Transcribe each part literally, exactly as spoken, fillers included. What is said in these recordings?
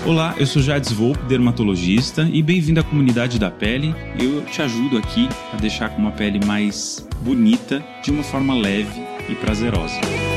Olá, eu sou Jades Volpe, dermatologista, e bem-vindo à comunidade da pele. Eu te ajudo aqui a deixar com uma pele mais bonita, de uma forma leve e prazerosa.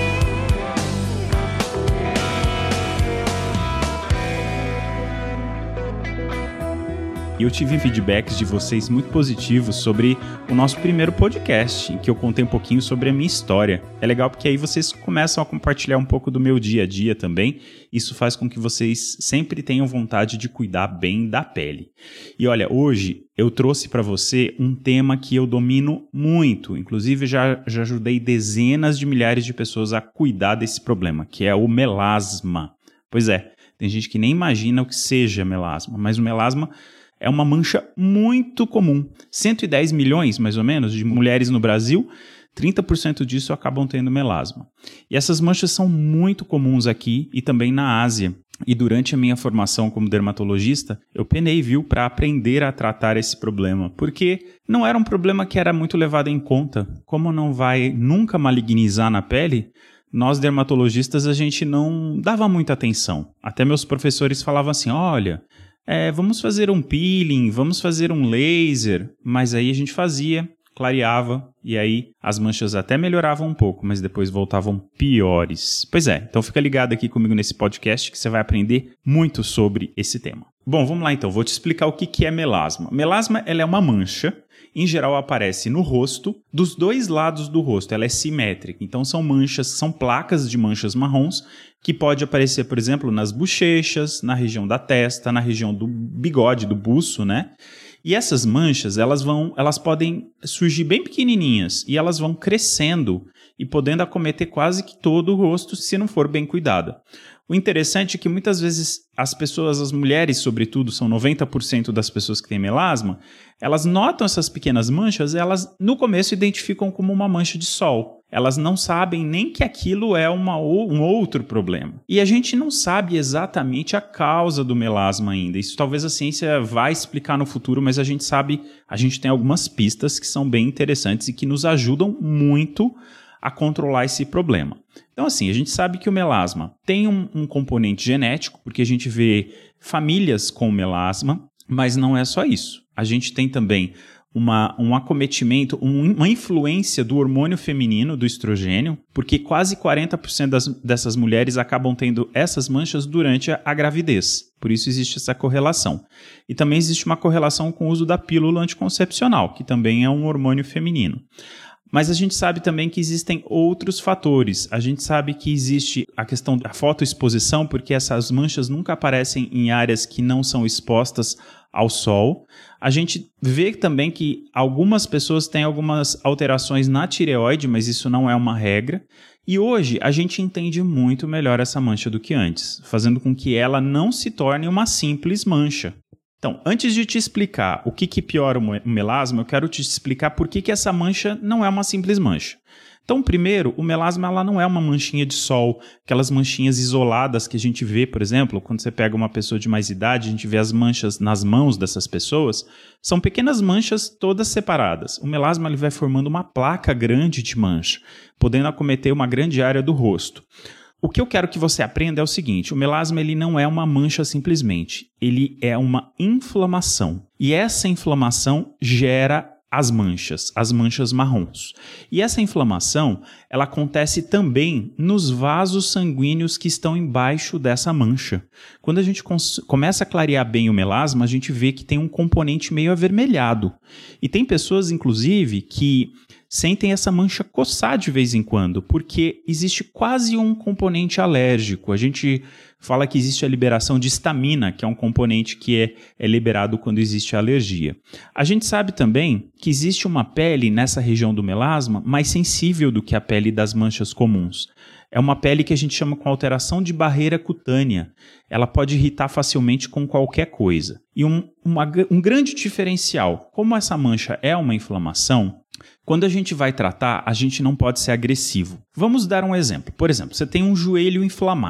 E eu tive feedbacks de vocês muito positivos sobre o nosso primeiro podcast, em que eu contei um pouquinho sobre a minha história. É legal porque aí vocês começam a compartilhar um pouco do meu dia a dia também. Isso faz com que vocês sempre tenham vontade de cuidar bem da pele. E olha, hoje eu trouxe para você um tema que eu domino muito. Inclusive, já, já ajudei dezenas de milhares de pessoas a cuidar desse problema, que é o melasma. Pois é, tem gente que nem imagina o que seja melasma, mas o melasma é uma mancha muito comum. cento e dez milhões, mais ou menos, de mulheres no Brasil, trinta por cento disso acabam tendo melasma. E essas manchas são muito comuns aqui e também na Ásia. E durante a minha formação como dermatologista, eu penei, viu, para aprender a tratar esse problema, porque não era um problema que era muito levado em conta. Como não vai nunca malignizar na pele, nós dermatologistas a gente não dava muita atenção. Até meus professores falavam assim, olha, É, vamos fazer um peeling, vamos fazer um laser, mas aí a gente fazia, clareava, e aí as manchas até melhoravam um pouco, mas depois voltavam piores. Pois é, então fica ligado aqui comigo nesse podcast que você vai aprender muito sobre esse tema. Bom, vamos lá então, vou te explicar o que é melasma. Melasma, ela é uma mancha, em geral aparece no rosto, dos dois lados do rosto, ela é simétrica, então são manchas, são placas de manchas marrons, que pode aparecer, por exemplo, nas bochechas, na região da testa, na região do bigode, do buço, né? E essas manchas, elas vão, elas podem surgir bem pequenininhas e elas vão crescendo e podendo acometer quase que todo o rosto se não for bem cuidada. O interessante é que muitas vezes as pessoas, as mulheres sobretudo, são noventa por cento das pessoas que têm melasma, elas notam essas pequenas manchas e elas no começo identificam como uma mancha de sol. Elas não sabem nem que aquilo é uma, um outro problema. E a gente não sabe exatamente a causa do melasma ainda. Isso talvez a ciência vá explicar no futuro, mas a gente sabe, a gente tem algumas pistas que são bem interessantes e que nos ajudam muito a controlar esse problema. Então, assim, a gente sabe que o melasma tem um, um componente genético, porque a gente vê famílias com melasma, mas não é só isso. A gente tem também uma, um acometimento, um, uma influência do hormônio feminino, do estrogênio, porque quase quarenta por cento das, dessas mulheres acabam tendo essas manchas durante a, a gravidez. Por isso existe essa correlação. E também existe uma correlação com o uso da pílula anticoncepcional, que também é um hormônio feminino. Mas a gente sabe também que existem outros fatores. A gente sabe que existe a questão da fotoexposição, porque essas manchas nunca aparecem em áreas que não são expostas ao sol. A gente vê também que algumas pessoas têm algumas alterações na tireoide, mas isso não é uma regra. E hoje a gente entende muito melhor essa mancha do que antes, fazendo com que ela não se torne uma simples mancha. Então, antes de te explicar o que, que piora o melasma, eu quero te explicar por que, que essa mancha não é uma simples mancha. Então, primeiro, o melasma ela não é uma manchinha de sol, aquelas manchinhas isoladas que a gente vê, por exemplo, quando você pega uma pessoa de mais idade, a gente vê as manchas nas mãos dessas pessoas, são pequenas manchas todas separadas. O melasma ele vai formando uma placa grande de mancha, podendo acometer uma grande área do rosto. O que eu quero que você aprenda é o seguinte, o melasma ele não é uma mancha simplesmente, ele é uma inflamação. E essa inflamação gera as manchas, as manchas marrons. E essa inflamação, ela acontece também nos vasos sanguíneos que estão embaixo dessa mancha. Quando a gente começa a clarear bem o melasma, a gente vê que tem um componente meio avermelhado. E tem pessoas, inclusive, que sentem essa mancha coçar de vez em quando, porque existe quase um componente alérgico. A gente fala que existe a liberação de histamina, que é um componente que é, é liberado quando existe alergia. A gente sabe também que existe uma pele nessa região do melasma mais sensível do que a pele das manchas comuns. É uma pele que a gente chama com alteração de barreira cutânea. Ela pode irritar facilmente com qualquer coisa. E um, uma, um grande diferencial, como essa mancha é uma inflamação, quando a gente vai tratar, a gente não pode ser agressivo. Vamos dar um exemplo. Por exemplo, você tem um joelho inflamado.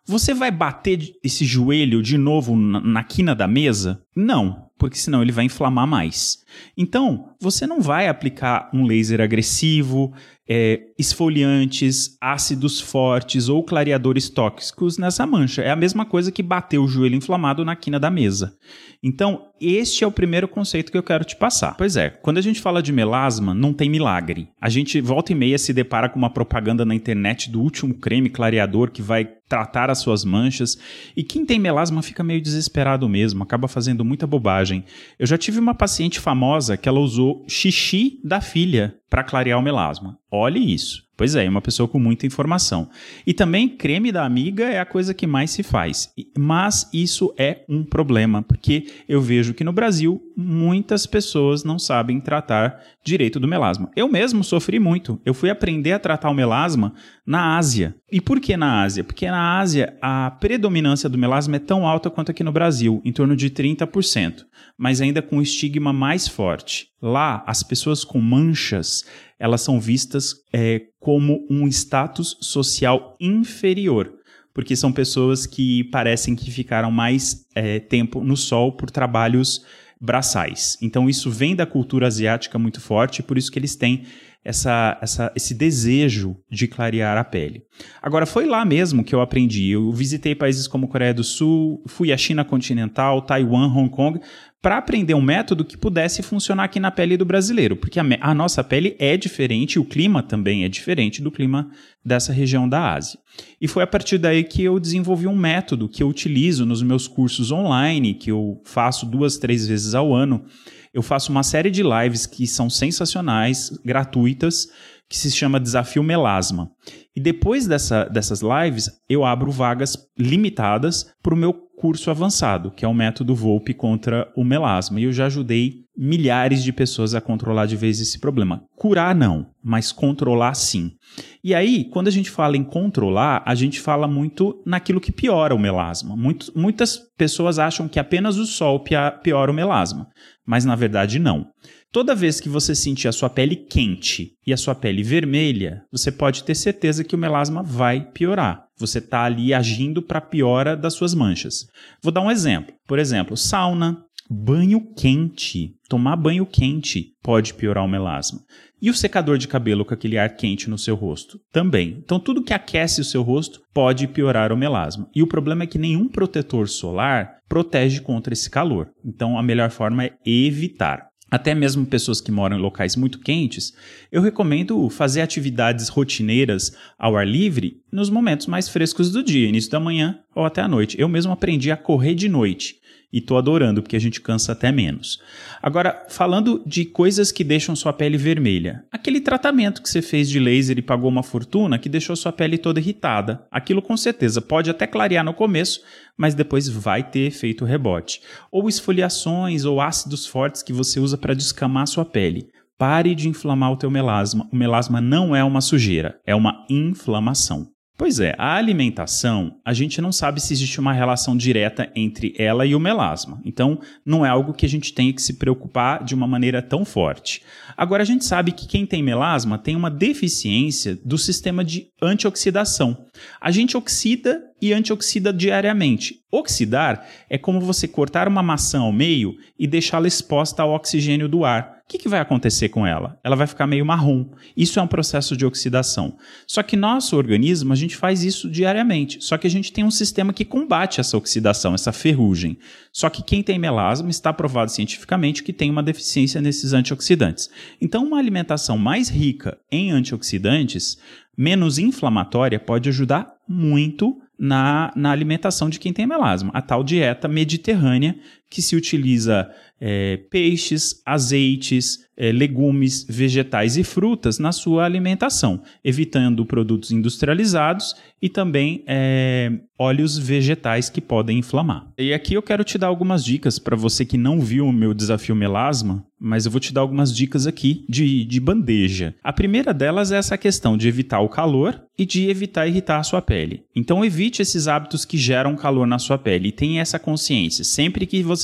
Você vai bater esse joelho de novo na, na quina da mesa? Não, porque senão ele vai inflamar mais. Então, você não vai aplicar um laser agressivo, é, esfoliantes, ácidos fortes ou clareadores tóxicos nessa mancha. É a mesma coisa que bater o joelho inflamado na quina da mesa. Então, este é o primeiro conceito que eu quero te passar. Pois é, quando a gente fala de melasma, não tem milagre. A gente volta e meia se depara com uma propaganda na internet do último creme clareador que vai tratar as suas manchas. E quem tem melasma fica meio desesperado mesmo, acaba fazendo muita bobagem. Eu já tive uma paciente famosa que ela usou xixi da filha para clarear o melasma. Olhe isso. Pois é, uma pessoa com muita informação. E também creme da amiga é a coisa que mais se faz. Mas isso é um problema, porque eu vejo que no Brasil muitas pessoas não sabem tratar direito do melasma. Eu mesmo sofri muito. Eu fui aprender a tratar o melasma na Ásia. E por que na Ásia? Porque na Ásia a predominância do melasma é tão alta quanto aqui no Brasil, em torno de trinta por cento, mas ainda com um estigma mais forte. Lá, as pessoas com manchas, elas são vistas é, como um status social inferior, porque são pessoas que parecem que ficaram mais é, tempo no sol por trabalhos braçais. Então isso vem da cultura asiática muito forte, por isso que eles têm essa, essa, esse desejo de clarear a pele. Agora, foi lá mesmo que eu aprendi. Eu visitei países como Coreia do Sul, fui à China continental, Taiwan, Hong Kong, para aprender um método que pudesse funcionar aqui na pele do brasileiro, porque a, a nossa pele é diferente, o clima também é diferente do clima dessa região da Ásia. E foi a partir daí que eu desenvolvi um método que eu utilizo nos meus cursos online, que eu faço duas, três vezes ao ano. Eu faço uma série de lives que são sensacionais, gratuitas, que se chama Desafio Melasma. E depois dessa, dessas lives, eu abro vagas limitadas para o meu curso avançado, que é o método Volpe contra o melasma. E eu já ajudei milhares de pessoas a controlar de vez esse problema. Curar não, mas controlar sim. E aí, quando a gente fala em controlar, a gente fala muito naquilo que piora o melasma. Muito, muitas pessoas acham que apenas o sol piora o melasma, mas na verdade não. Toda vez que você sentir a sua pele quente e a sua pele vermelha, você pode ter certeza que o melasma vai piorar. Você está ali agindo para a piora das suas manchas. Vou dar um exemplo. Por exemplo, sauna, banho quente. Tomar banho quente pode piorar o melasma. E o secador de cabelo com aquele ar quente no seu rosto? Também. Então, tudo que aquece o seu rosto pode piorar o melasma. E o problema é que nenhum protetor solar protege contra esse calor. Então, a melhor forma é evitar. Até mesmo pessoas que moram em locais muito quentes, eu recomendo fazer atividades rotineiras ao ar livre nos momentos mais frescos do dia, início da manhã ou até à noite. Eu mesmo aprendi a correr de noite e estou adorando, porque a gente cansa até menos. Agora, falando de coisas que deixam sua pele vermelha, aquele tratamento que você fez de laser e pagou uma fortuna que deixou sua pele toda irritada, aquilo com certeza pode até clarear no começo, mas depois vai ter efeito rebote. Ou esfoliações ou ácidos fortes que você usa para descamar sua pele. Pare de inflamar o teu melasma. O melasma não é uma sujeira, é uma inflamação. Pois é, a alimentação, a gente não sabe se existe uma relação direta entre ela e o melasma. Então, não é algo que a gente tenha que se preocupar de uma maneira tão forte. Agora, a gente sabe que quem tem melasma tem uma deficiência do sistema de antioxidação. A gente oxida e antioxida diariamente. Oxidar é como você cortar uma maçã ao meio e deixá-la exposta ao oxigênio do ar. O que, que vai acontecer com ela? Ela vai ficar meio marrom. Isso é um processo de oxidação. Só que nosso organismo, a gente faz isso diariamente. Só que a gente tem um sistema que combate essa oxidação, essa ferrugem. Só que quem tem melasma está provado cientificamente que tem uma deficiência nesses antioxidantes. Então, uma alimentação mais rica em antioxidantes, menos inflamatória, pode ajudar muito na, na alimentação de quem tem melasma. A tal dieta mediterrânea que se utiliza é, peixes, azeites, é, legumes, vegetais e frutas na sua alimentação, evitando produtos industrializados e também é, óleos vegetais que podem inflamar. E aqui eu quero te dar algumas dicas para você que não viu o meu desafio melasma, mas eu vou te dar algumas dicas aqui de, de bandeja. A primeira delas é essa questão de evitar o calor e de evitar irritar a sua pele. Então evite esses hábitos que geram calor na sua pele e tenha essa consciência. Sempre que você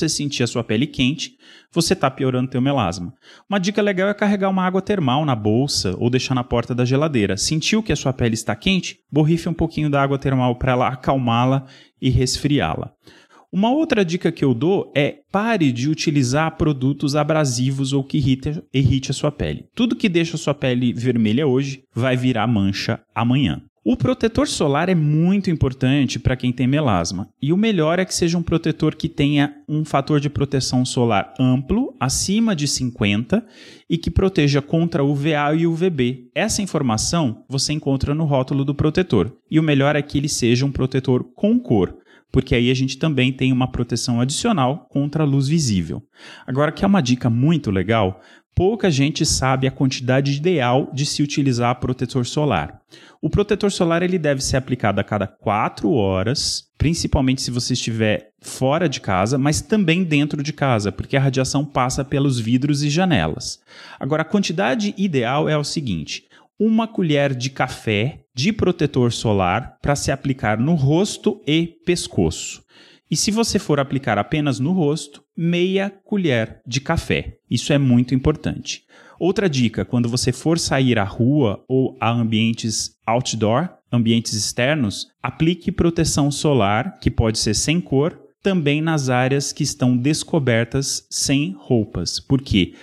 você sentir a sua pele quente, você está piorando teu melasma. Uma dica legal é carregar uma água termal na bolsa ou deixar na porta da geladeira. Sentiu que a sua pele está quente? Borrife um pouquinho da água termal para ela acalmá-la e resfriá-la. Uma outra dica que eu dou é pare de utilizar produtos abrasivos ou que irrite, irrite a sua pele. Tudo que deixa a sua pele vermelha hoje vai virar mancha amanhã. O protetor solar é muito importante para quem tem melasma e o melhor é que seja um protetor que tenha um fator de proteção solar amplo, acima de cinquenta, e que proteja contra U V A e U V B. Essa informação você encontra no rótulo do protetor e o melhor é que ele seja um protetor com cor, porque aí a gente também tem uma proteção adicional contra a luz visível. Agora, que é uma dica muito legal, pouca gente sabe a quantidade ideal de se utilizar protetor solar. O protetor solar ele deve ser aplicado a cada quatro horas, principalmente se você estiver fora de casa, mas também dentro de casa, porque a radiação passa pelos vidros e janelas. Agora, a quantidade ideal é o seguinte: uma colher de café de protetor solar para se aplicar no rosto e pescoço. E se você for aplicar apenas no rosto, meia colher de café. Isso é muito importante. Outra dica, quando você for sair à rua ou a ambientes outdoor, ambientes externos, aplique proteção solar, que pode ser sem cor, também nas áreas que estão descobertas sem roupas. Porque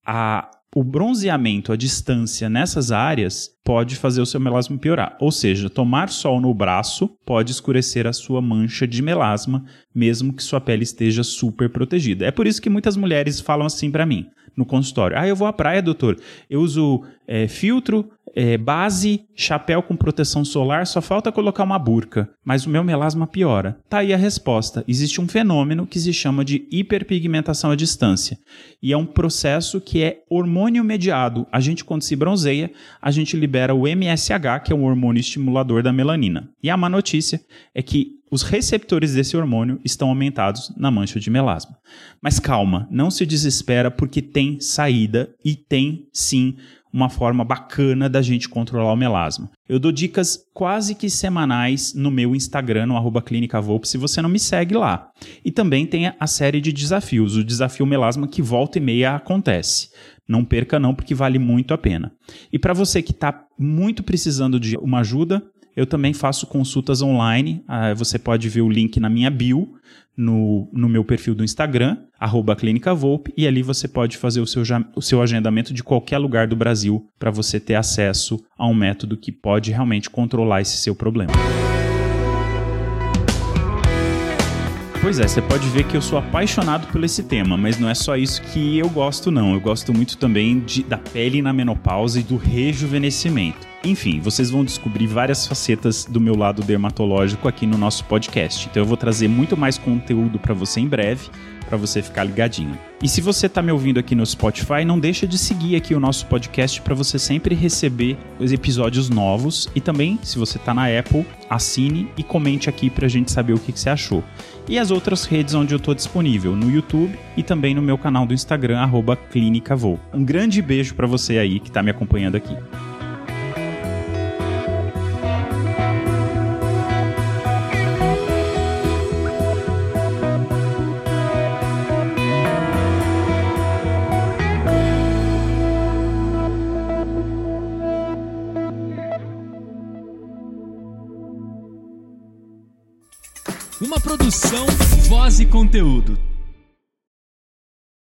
a O bronzeamento à distância nessas áreas pode fazer o seu melasma piorar. Ou seja, tomar sol no braço pode escurecer a sua mancha de melasma, mesmo que sua pele esteja super protegida. É por isso que muitas mulheres falam assim para mim, no consultório. Ah, eu vou à praia, doutor. Eu uso é, filtro, é, base, chapéu com proteção solar, só falta colocar uma burca. Mas o meu melasma piora. Tá aí a resposta. Existe um fenômeno que se chama de hiperpigmentação à distância. E é um processo que é hormônio mediado. A gente, quando se bronzeia, a gente libera o M S H, que é um hormônio estimulador da melanina. E a má notícia é que os receptores desse hormônio estão aumentados na mancha de melasma. Mas calma, não se desespera porque tem saída e tem sim uma forma bacana da gente controlar o melasma. Eu dou dicas quase que semanais no meu Instagram, no arroba Clínica Volpe, se você não me segue lá. E também tem a série de desafios, o Desafio Melasma, que volta e meia acontece. Não perca não, porque vale muito a pena. E para você que está muito precisando de uma ajuda, eu também faço consultas online. Ah, você pode ver o link na minha bio, no, no meu perfil do Instagram, arroba Clínica Volpe, e ali você pode fazer o seu, o seu agendamento de qualquer lugar do Brasil para você ter acesso a um método que pode realmente controlar esse seu problema. Pois é, você pode ver que eu sou apaixonado por esse tema, mas não é só isso que eu gosto não. Eu gosto muito também de, da pele na menopausa e do rejuvenescimento. Enfim, vocês vão descobrir várias facetas do meu lado dermatológico aqui no nosso podcast. Então eu vou trazer muito mais conteúdo para você em breve, para você ficar ligadinho. E se você está me ouvindo aqui no Spotify, não deixa de seguir aqui o nosso podcast para você sempre receber os episódios novos. E também, se você está na Apple, assine e comente aqui para a gente saber o que, que você achou. E as outras redes onde eu estou disponível, no YouTube e também no meu canal do Instagram, arroba Clínica Volpe. Um grande beijo para você aí que está me acompanhando aqui. Uma produção, voz e conteúdo.